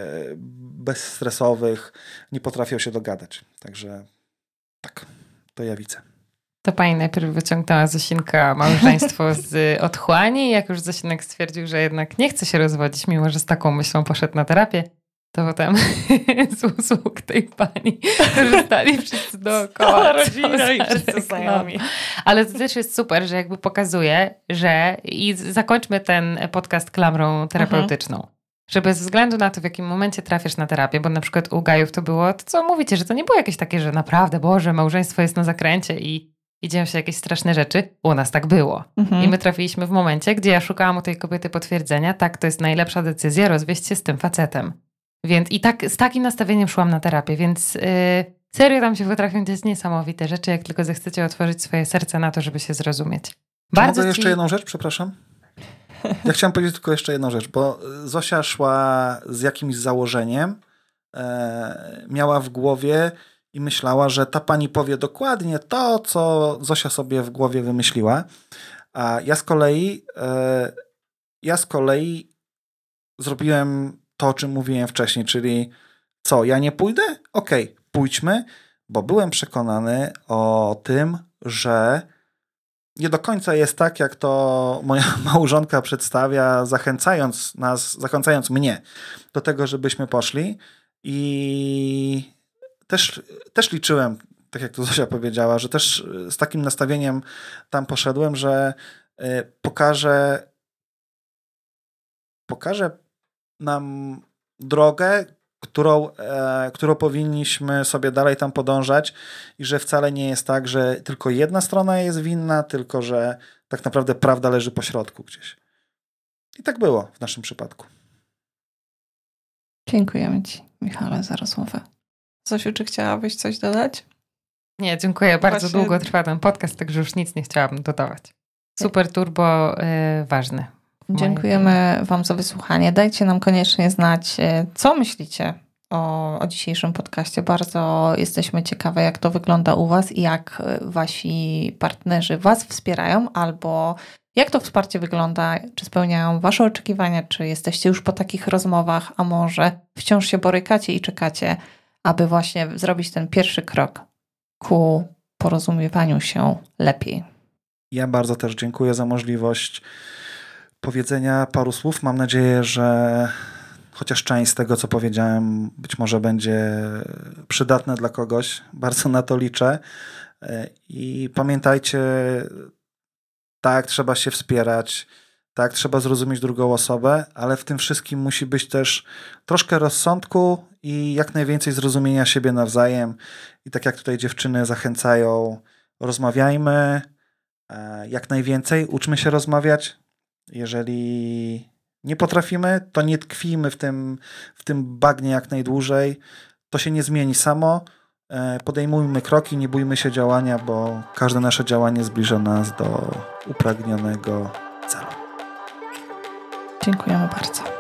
bezstresowych nie potrafią się dogadać. Także tak, to ja widzę. To pani najpierw wyciągnęła Zosinka małżeństwo z otchłani. Jak już Zosinek stwierdził, że jednak nie chce się rozwodzić, mimo że z taką myślą poszedł na terapię, to potem z usług tej pani korzystali wszyscy dookoła. Cała rodzina i wszyscy znajomi. No. Ale to też jest super, że jakby pokazuje, że i zakończmy ten podcast klamrą terapeutyczną. Mhm. Że bez względu na to, w jakim momencie trafisz na terapię, bo na przykład u Gajów to było, to co mówicie, że to nie było jakieś takie, że naprawdę, Boże, małżeństwo jest na zakręcie i i dzieją się jakieś straszne rzeczy. U nas tak było. Mhm. I my trafiliśmy w momencie, gdzie ja szukałam u tej kobiety potwierdzenia, tak, to jest najlepsza decyzja, rozwieść się z tym facetem. Więc i tak z takim nastawieniem szłam na terapię, więc yy, serio tam się potrafią dziać niesamowite rzeczy, jak tylko zechcecie otworzyć swoje serce na to, żeby się zrozumieć. Bardzo Czy mogę ci... jeszcze jedną rzecz, przepraszam? Ja chciałam powiedzieć tylko jeszcze jedną rzecz, bo Zosia szła z jakimś założeniem, e, miała w głowie i myślała, że ta pani powie dokładnie to, co Zosia sobie w głowie wymyśliła. A ja z kolei e, ja z kolei zrobiłem to, o czym mówiłem wcześniej, czyli co, ja nie pójdę? Okej, okay, pójdźmy, bo byłem przekonany o tym, że nie do końca jest tak, jak to moja małżonka przedstawia, zachęcając nas, zachęcając mnie do tego, żebyśmy poszli. I też, też liczyłem, tak jak to Zosia powiedziała, że też z takim nastawieniem tam poszedłem, że pokażę, pokażę nam drogę, którą, e, którą powinniśmy sobie dalej tam podążać i że wcale nie jest tak, że tylko jedna strona jest winna, tylko że tak naprawdę prawda leży po środku gdzieś. I tak było w naszym przypadku. Dziękujemy ci, Michale, za rozmowę. Zosiu, czy chciałabyś coś dodać? Nie, dziękuję. Bardzo Właśnie... długo trwa ten podcast, także już nic nie chciałabym dodawać. Super turbo y, ważny. Dziękujemy wam za wysłuchanie. Dajcie nam koniecznie znać, co myślicie o, o dzisiejszym podcaście. Bardzo jesteśmy ciekawe, jak to wygląda u was i jak wasi partnerzy was wspierają, albo jak to wsparcie wygląda, czy spełniają wasze oczekiwania, czy jesteście już po takich rozmowach, a może wciąż się borykacie i czekacie, aby właśnie zrobić ten pierwszy krok ku porozumiewaniu się lepiej. Ja bardzo też dziękuję za możliwość powiedzenia paru słów. Mam nadzieję, że chociaż część z tego, co powiedziałem, być może będzie przydatne dla kogoś. Bardzo na to liczę. I pamiętajcie, tak, trzeba się wspierać, tak, trzeba zrozumieć drugą osobę, ale w tym wszystkim musi być też troszkę rozsądku i jak najwięcej zrozumienia siebie nawzajem. I tak jak tutaj dziewczyny zachęcają, rozmawiajmy, jak najwięcej, uczmy się rozmawiać. Jeżeli nie potrafimy, to nie tkwijmy w tym, w tym bagnie jak najdłużej. To się nie zmieni samo. Podejmujmy kroki, nie bójmy się działania, bo każde nasze działanie zbliża nas do upragnionego celu. Dziękujemy bardzo.